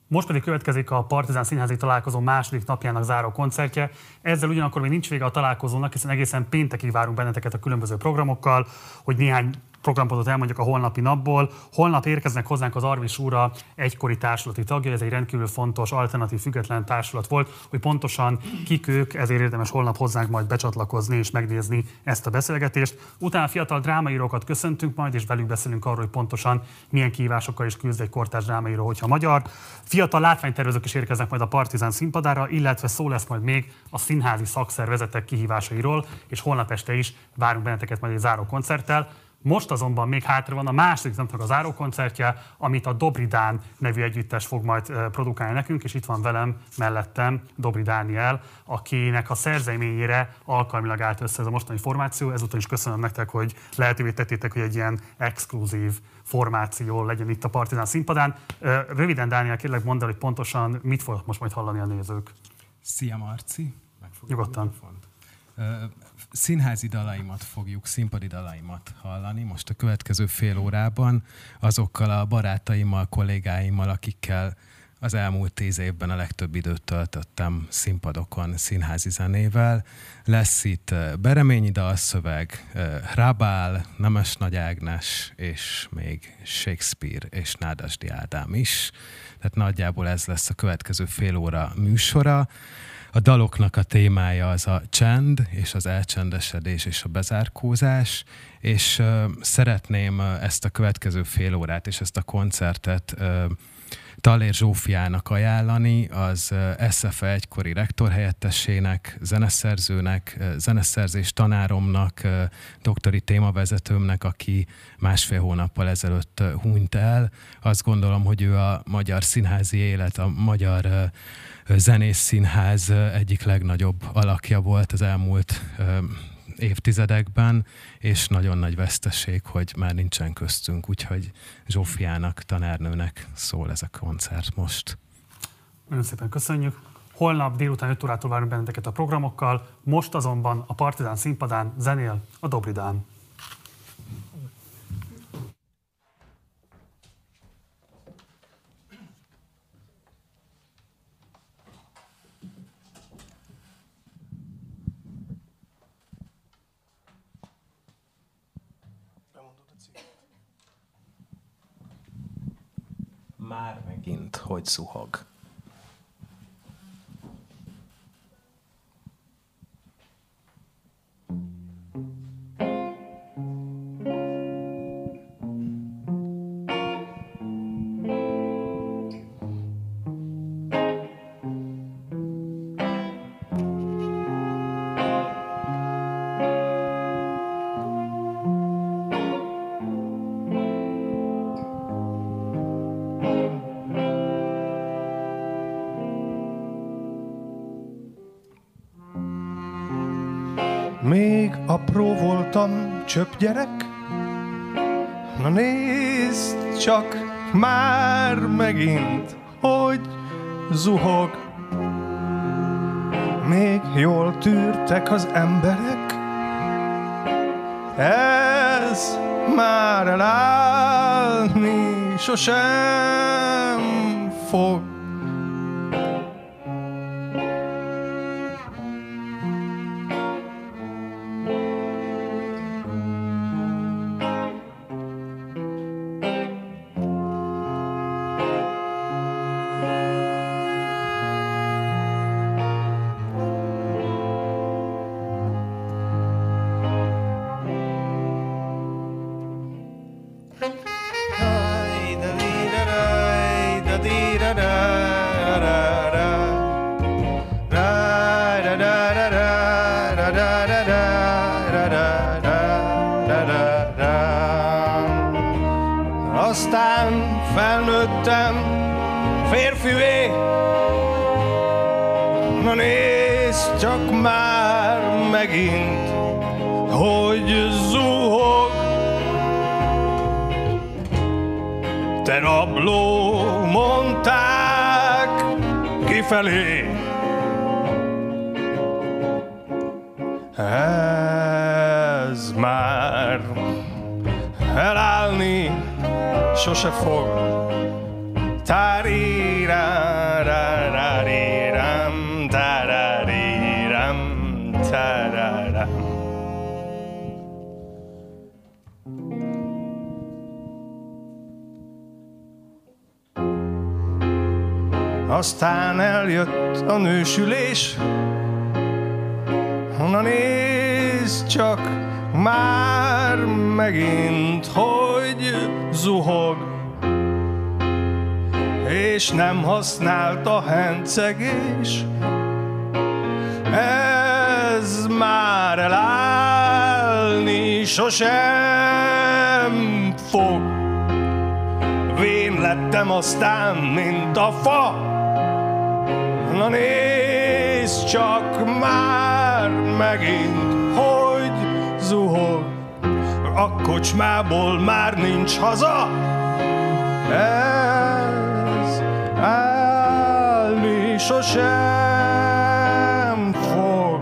Most pedig következik a Partizán Színházi Találkozó második napjának záró koncertje. Ezzel ugyanakkor még nincs vége a találkozónak, hiszen egészen péntekig várunk benneteket a különböző programokkal, hogy néhány programpontot elmondjak a holnapi napból. Holnap érkeznek hozzánk az Arvis Úra egykori társulati tagja, ez egy rendkívül fontos, alternatív, független társulat volt, hogy pontosan kik ők, ezért érdemes holnap hozzánk majd becsatlakozni és megnézni ezt a beszélgetést. Utána fiatal drámaírókat köszöntünk majd, és velük beszélünk arról, hogy pontosan milyen kihívásokkal is küzd egy kortárs drámaíró, hogyha magyar. Fiatal látványtervezők is érkeznek majd a Partizán színpadára, illetve szó lesz majd még a színházi szakszervezetek kihívásairól, és holnap este is várunk benneteket majd egy záró koncerttel. Most azonban még hátra van a második napnak a zárókoncertje, amit a Dobry Dán nevű együttes fog majd produkálni nekünk, és itt van velem mellettem Dobry Dániel, akinek a szerzeményére alkalmilag állt össze ez a mostani formáció. Ezúttal is köszönöm nektek, hogy lehetővé tettétek, hogy egy ilyen exkluzív formáció legyen itt a Partizán színpadán. Röviden, Dániel, kérlek mondd el, hogy pontosan mit fognak most majd hallani a nézők. Szia, Marci! Nyugodtan. Színházi dalaimat fogjuk, színpadi dalaimat hallani most a következő fél órában azokkal a barátaimmal, kollégáimmal, akikkel az elmúlt 10 évben a legtöbb időt töltöttem színpadokon, színházi zenével. Lesz itt Bereményi dalszöveg, Hrabál, Nemes Nagy Ágnes, és még Shakespeare és Nádasdy Ádám is. Tehát nagyjából ez lesz a következő fél óra műsora. A daloknak a témája az a csend, és az elcsendesedés, és a bezárkózás, és szeretném ezt a következő fél órát, és ezt a koncertet Tallér Zsófiának ajánlani, az SFE egykori rektorhelyettesének, zeneszerzőnek, zeneszerzés tanáromnak, doktori témavezetőmnek, aki 1,5 hónappal ezelőtt hunyt el. Azt gondolom, hogy ő a magyar színházi élet, a magyar zenész színház egyik legnagyobb alakja volt az elmúlt évtizedekben, és nagyon nagy veszteség, hogy már nincsen köztünk, úgyhogy Zsófiának, tanárnőnek szól ez a koncert most. Nagyon szépen köszönjük. Holnap délután 5 órától várunk benneteket a programokkal, most azonban a Partizán színpadán zenél a Dobry Dán. Már megint, hogy zuhog. Még apró voltam, csöpgyerek, na nézd csak már megint, hogy zuhog. Még jól tűrtek az emberek, ez már elállni sosem fog. Aztán felnőttem férfivé, na nézd csak már megint, hogy zuhog. Te rabló, mondták kifelé, ez már elállni sose fog. Tárírám. Aztán eljött a nősülés, na nézd csak már megint, hogy zuhog, és nem használt a hencegés. Ez már elállni sosem fog. Vén lettem aztán, mint a fa. Na nézd csak már megint, hogy zuhog. A kocsmából már nincs haza. Ez állni sosem fog.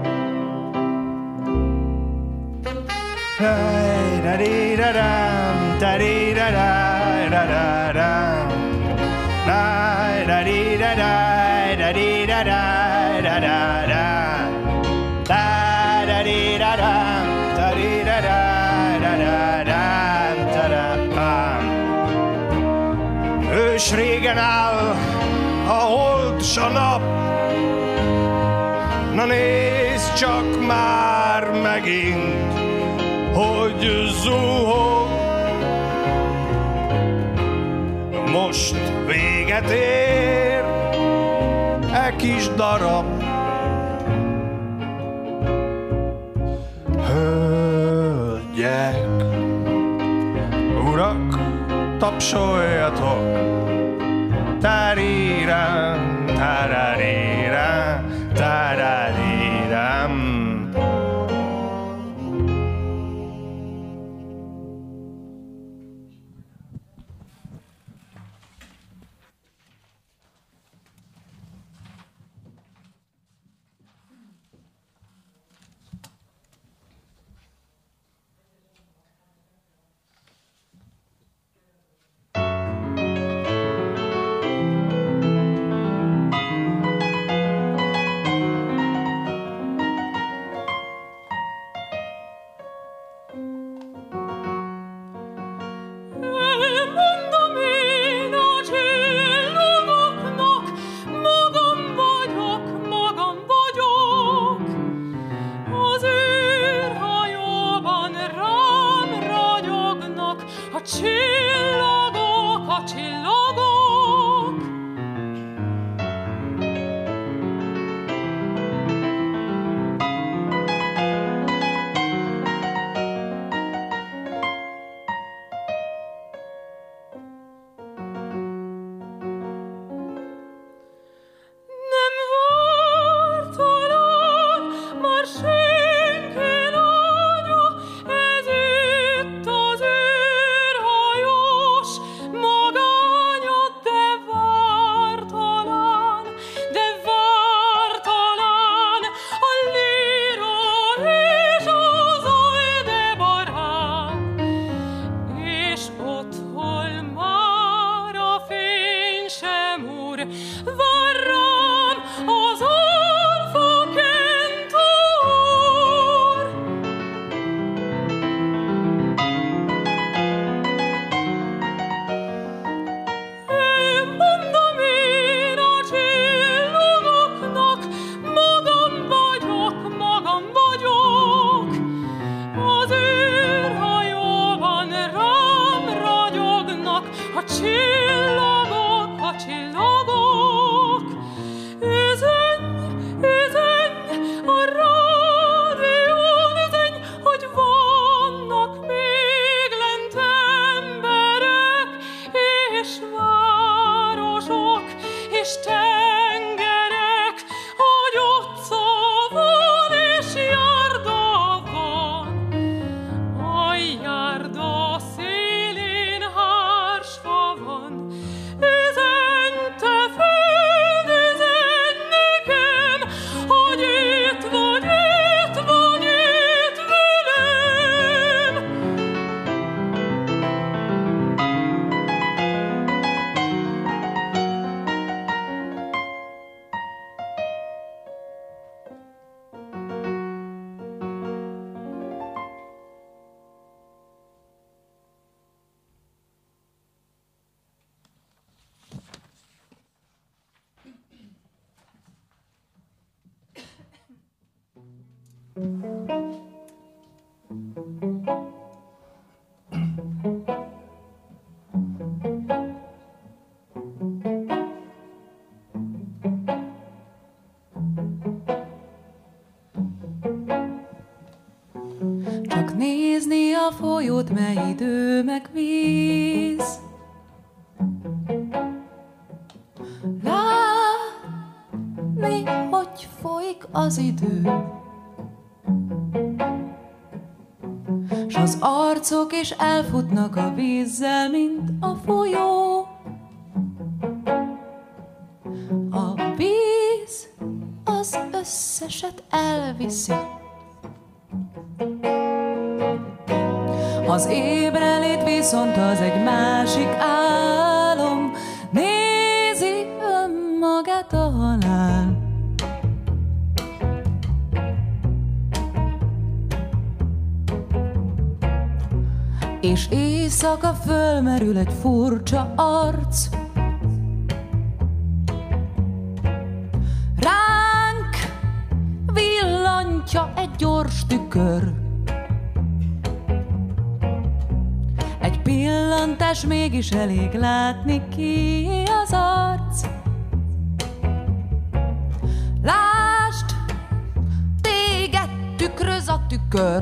Ős régen áll a hold s a nap. Na nézd csak már megint, hogy zuhog. Most véget ér e kis darab. Hölgyek, urak, tapsoljatok! Tarirán, tararirán, tararirán. Csak nézni a folyót, mely idő meg víz. Látni, hogy folyik az idő, s az arcok is elfutnak a vízzel, mint a folyó. A víz az összeset elviszi, az ébrenlét viszont az egy másik álom, nézi önmagát a halál. És éjszaka fölmerül egy furcsa arc, ránk villantja egy gyors tükör. Egy pillantás mégis elég látni, ki az arc. Lásd, téged tükröz a tükör.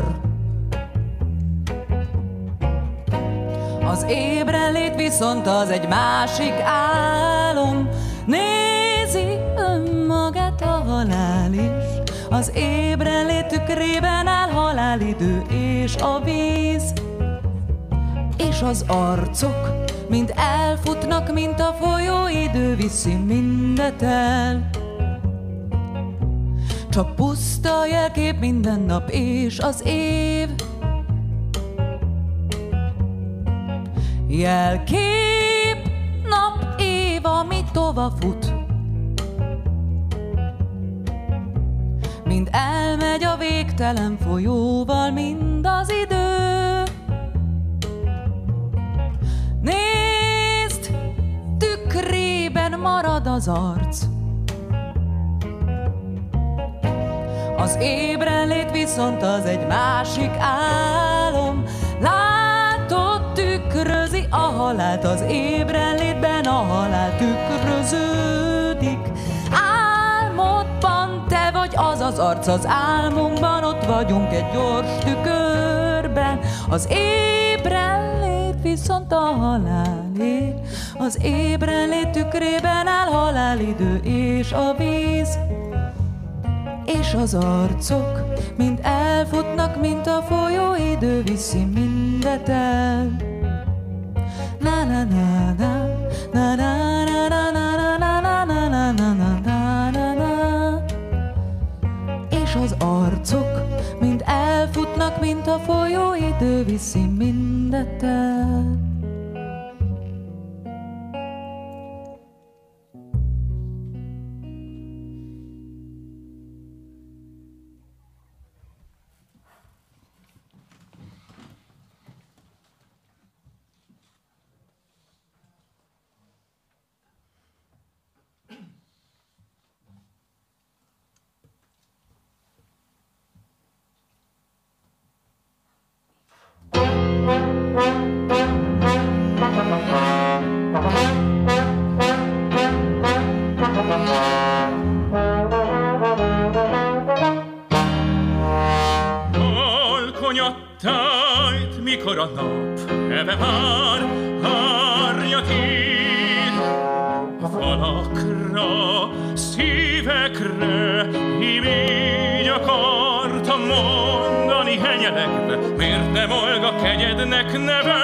Az ébrenlét viszont az egy másik álom, nézi önmagát a halál is. Az ébrenlét tükrében áll halálidő és a víz. És az arcok mind elfutnak, mint a folyó, idő viszi mindet el. Csak puszta jelkép minden nap és az év. Jelkép, nap, év, ami tova fut. Mind elmegy a végtelen folyóval, mind az idő. Nézd, tükrében marad az arc. Az ébrenlét viszont az egy másik álom. Látod, tükrözi a halált, az ébrenlétben a halál tükröződik. Álmodban te vagy az az arc, az álmunkban ott vagyunk egy gyors tükörben. Az ébrenlét viszont a halálé, az ébrenlét tükrében áll halálidő és a víz. És az arcok mind elfutnak, mint a folyó, idő viszi mindet el. Na na na na na na na na na na na na na na na na. És az arcok mind elfutnak, mint a folyó, idő viszi mindet el. Alkonyattájt, mikor a nap eve már árnyat ír, falakra, szívekre, így akartam mondani henyelegve, miért nem olga kegyednek neve?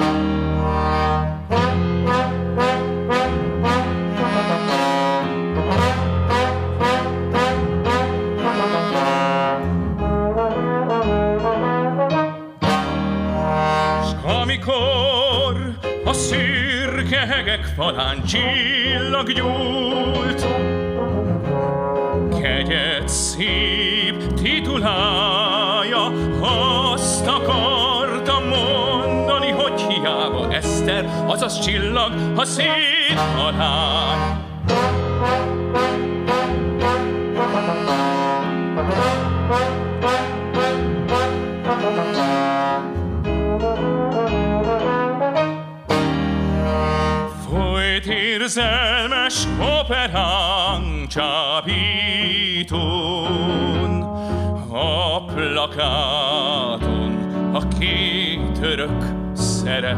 Amikor a szürke hegek falán csillag gyúlt, kegyed szép titulája, azt akartam mondani, hogy hiába Eszter, azaz csillag, ha széthalál. ránk csábítón, a plakáton a két örök szerep.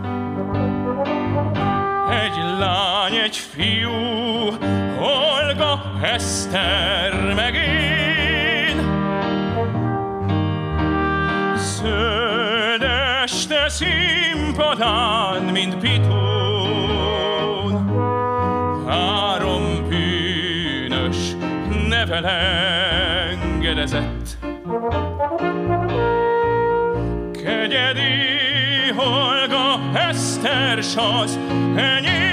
Egy lány, egy fiú, Olga, Eszter, meg én. Zöld este színpadán, mint pitón, három bűnös nevel engedezett. Kegyedi Olga, Eszter, s az enyém.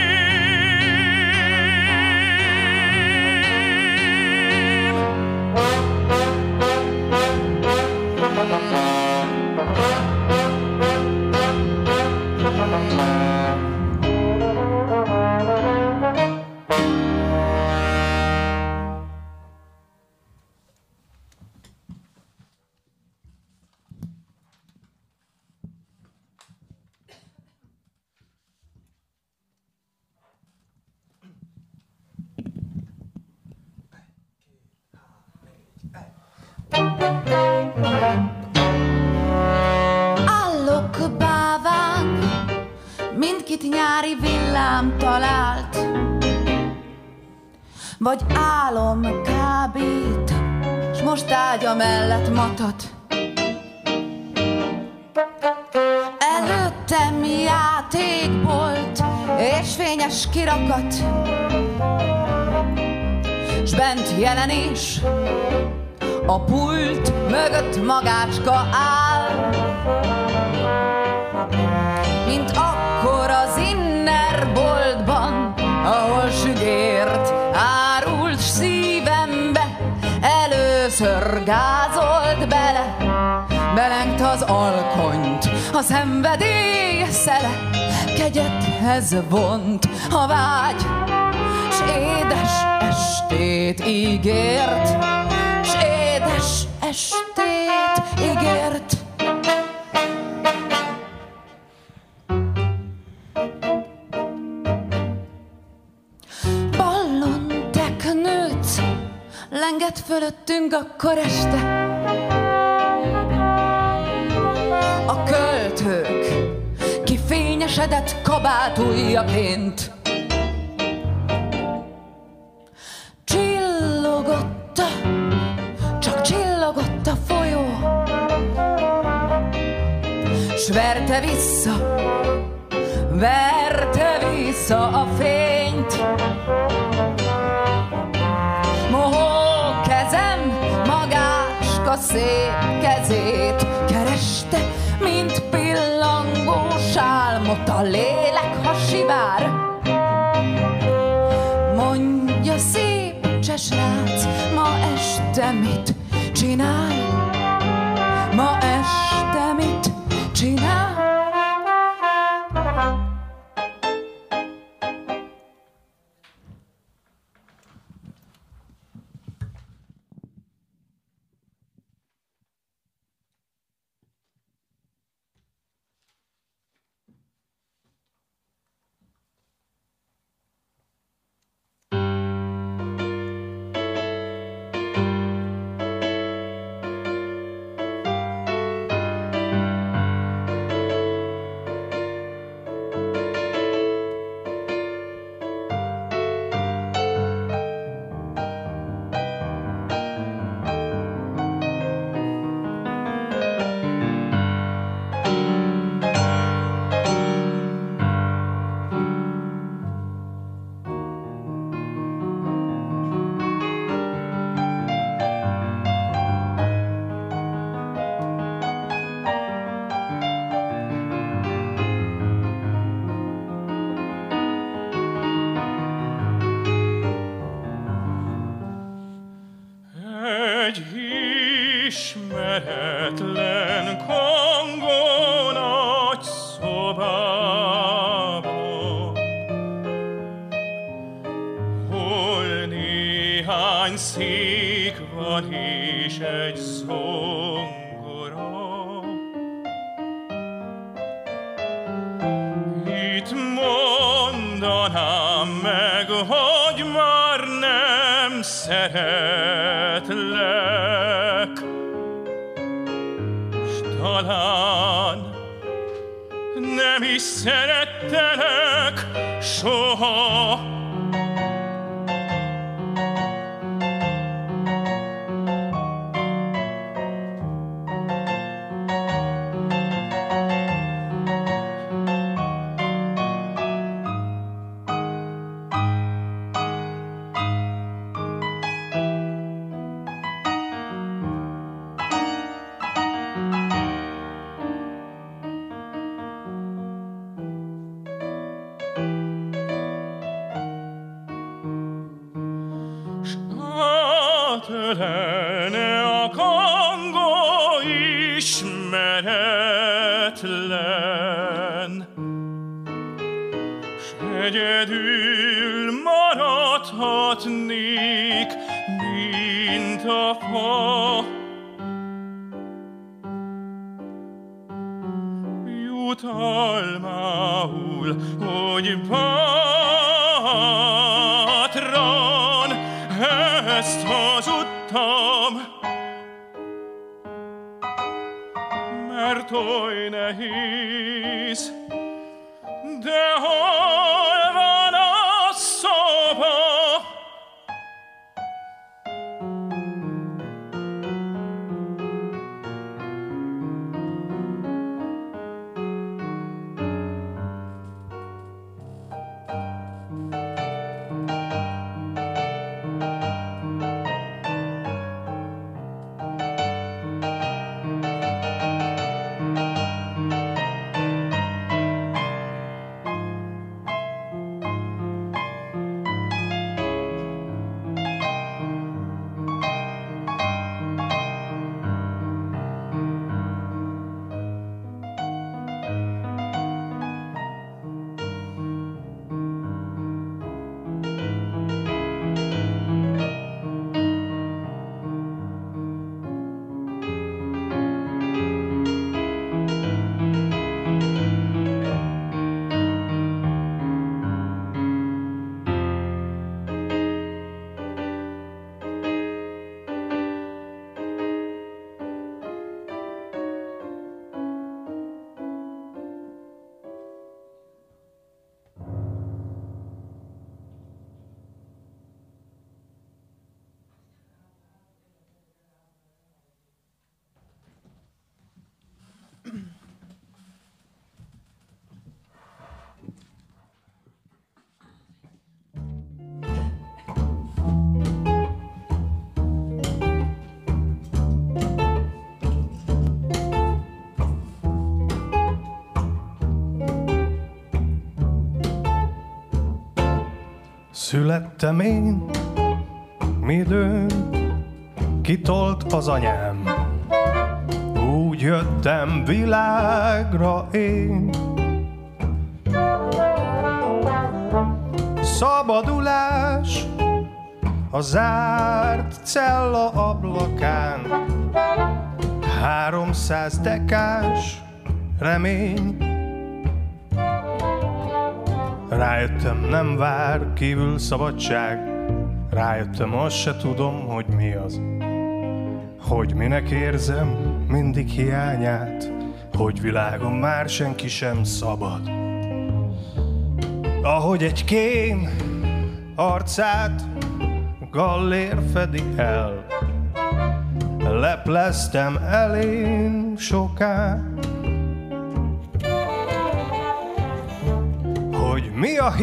Állok báván, mindkit nyári villám talált, vagy álom kábít, s most ágya mellett matat. Előttem játékbolt és fényes kirakat, s bent jelenés, a pult mögött magácska áll. Mint akkor az Inner boltban, ahol sügért árult szívembe, először gázolt bele, belengt az alkonyt a szenvedély szele. Kegyethez vont a vágy, s édes estét ígért, s édes estét ígért. Ballon teknőc lengett fölöttünk akkor este. A költők kifényesedett kabátujjaként. Csillogott, csak csillogott a folyó, s verte vissza a fényt. Mohó kezem magácska szép kezét kereste, mint pillangós álmot a lélek, ha sivár. Mondja szép csesrác, ma este mit csinál? Ma este mit csinál? ismeretlen kongó nagy szobában, hol néhány szék van és egy zongora. Itt mondanám meg, hogy már nem szeretlek, s talán nem is szerettelek soha. Átölelne a kangó ismeretlen, s egyedül maradhatnék, mint a fa. Jutalmául, hogy bátran ezt hazudtam, mert oly nehéz, de hol van a szoba? Születtem én, midőn kitolt az anyám. Úgy jöttem világra én. Szabadulás a zárt cella ablakán. 300 dekás remény. Rájöttem, nem vár kívül szabadság. Rájöttem, azt se tudom, hogy mi az. Hogy minek érzem mindig hiányát. Hogy világon már senki sem szabad. Ahogy egy kém arcát gallér fedi el. Lepleztem elén soká. Hogy mi a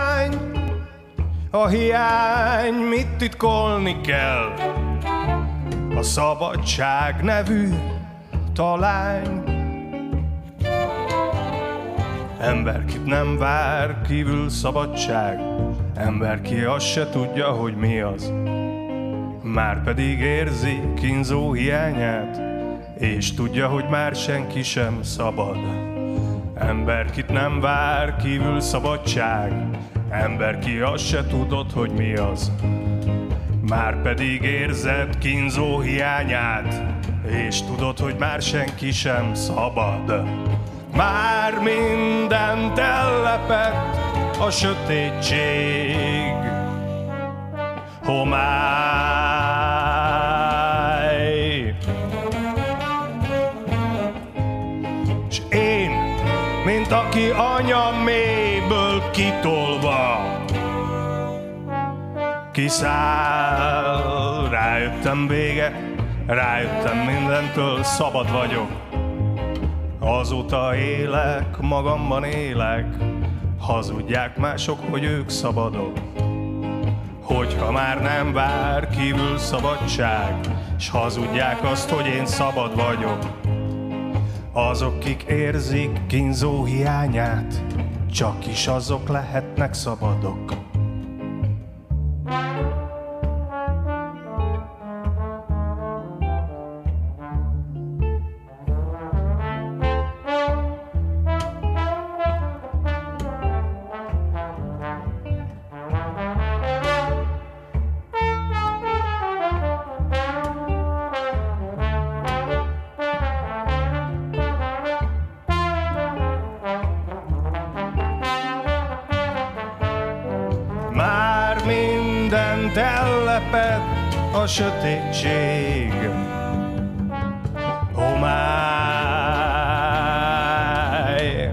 hiány mit titkolni kell. A szabadság nevű talány. Emberkit nem vár kívül szabadság. Emberki azt se tudja, hogy mi az. Márpedig érzi kínzó hiányát, és tudja, hogy már senki sem szabad. Emberkit nem vár kívül szabadság. Emberki azt se tudod, hogy mi az. Márpedig érzed kínzó hiányát, és tudod, hogy már senki sem szabad. Már mindent ellepett a sötétség. homály. S én, mint aki anya mélyből kitolva kiszáll, rájöttem vége, rájöttem mindentől, szabad vagyok. Azóta élek, magamban élek, hazudják mások, hogy ők szabadok. Hogyha már nem vár kívül szabadság, s hazudják azt, hogy én szabad vagyok. Azok, kik érzik kínzó hiányát, csak is azok lehetnek szabadok. Mindent ellepett a sötétség, homály.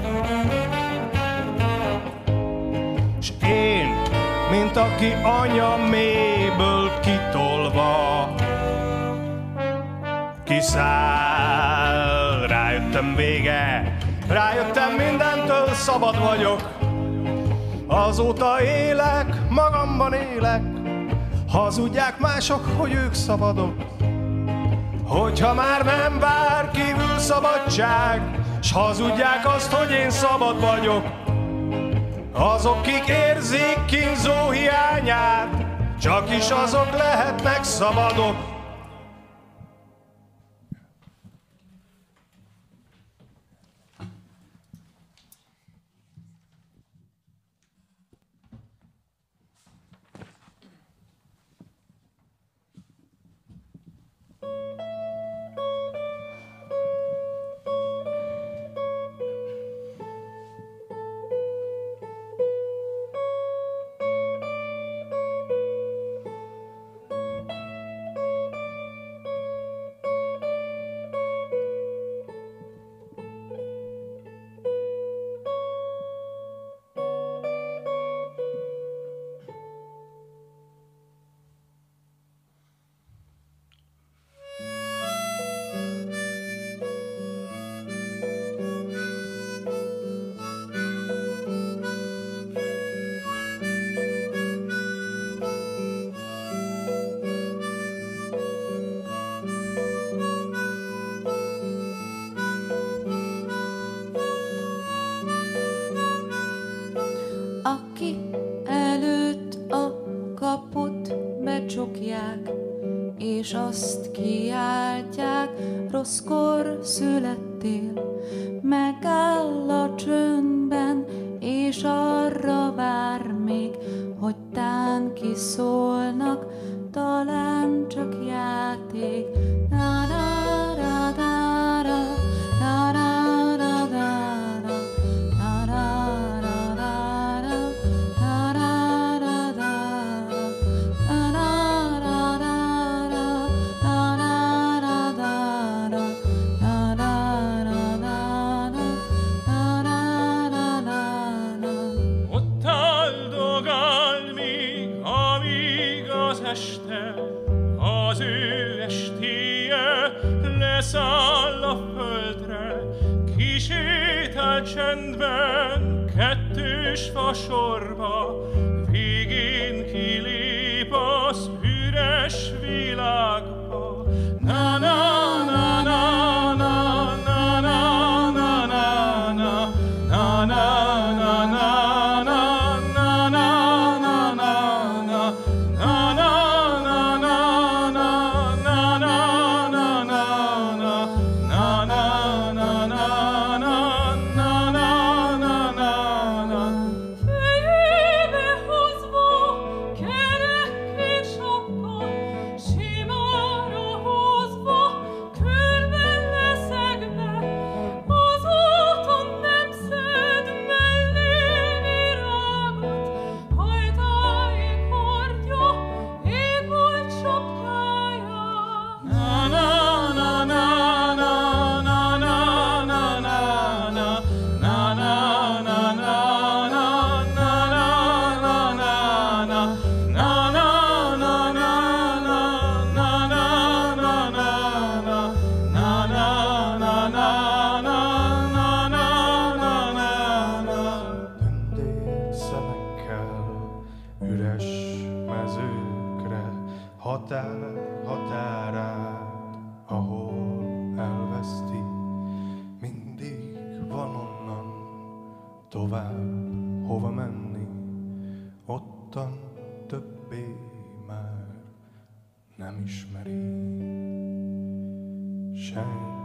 S én, mint aki anya mélyből kitolva kiszáll, rájöttem vége, rájöttem mindentől, szabad vagyok. Azóta élek, magamban élek, hazudják mások, hogy ők szabadok. Hogyha már nem vár kívül szabadság, s hazudják azt, hogy én szabad vagyok. Azok, kik érzik kínzó hiányát, csak is azok lehetnek szabadok. És azt kiáltják, rosszkor születtél, megáll a csöndben, és arra vár még, hogy tán kiszólnak, talán csak játék. Leszáll a földre, kisétál csendben, kettős fasorba, végén kilép az üres világba. Na na na na na na na na na na na na na na na na Fejébe hozva határát, ahol elveszti. Mindig van onnan tovább, hova menni, ottan többé már nem ismeri senki.